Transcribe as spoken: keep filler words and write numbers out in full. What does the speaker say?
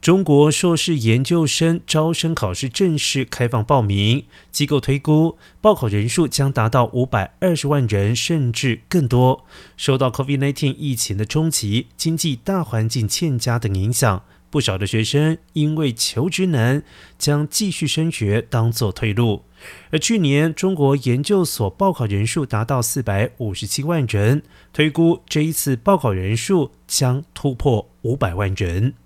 中国硕士研究生招生考试正式开放报名，机构推估报考人数将达到五百二十万人，甚至更多。受到 COVID 十九 疫情的冲击，经济大环境欠佳等影响，不少的学生因为求职难，将继续升学当作退路。而去年中国研究所报考人数达到四百五十七万人，推估这一次报考人数将突破五百万人。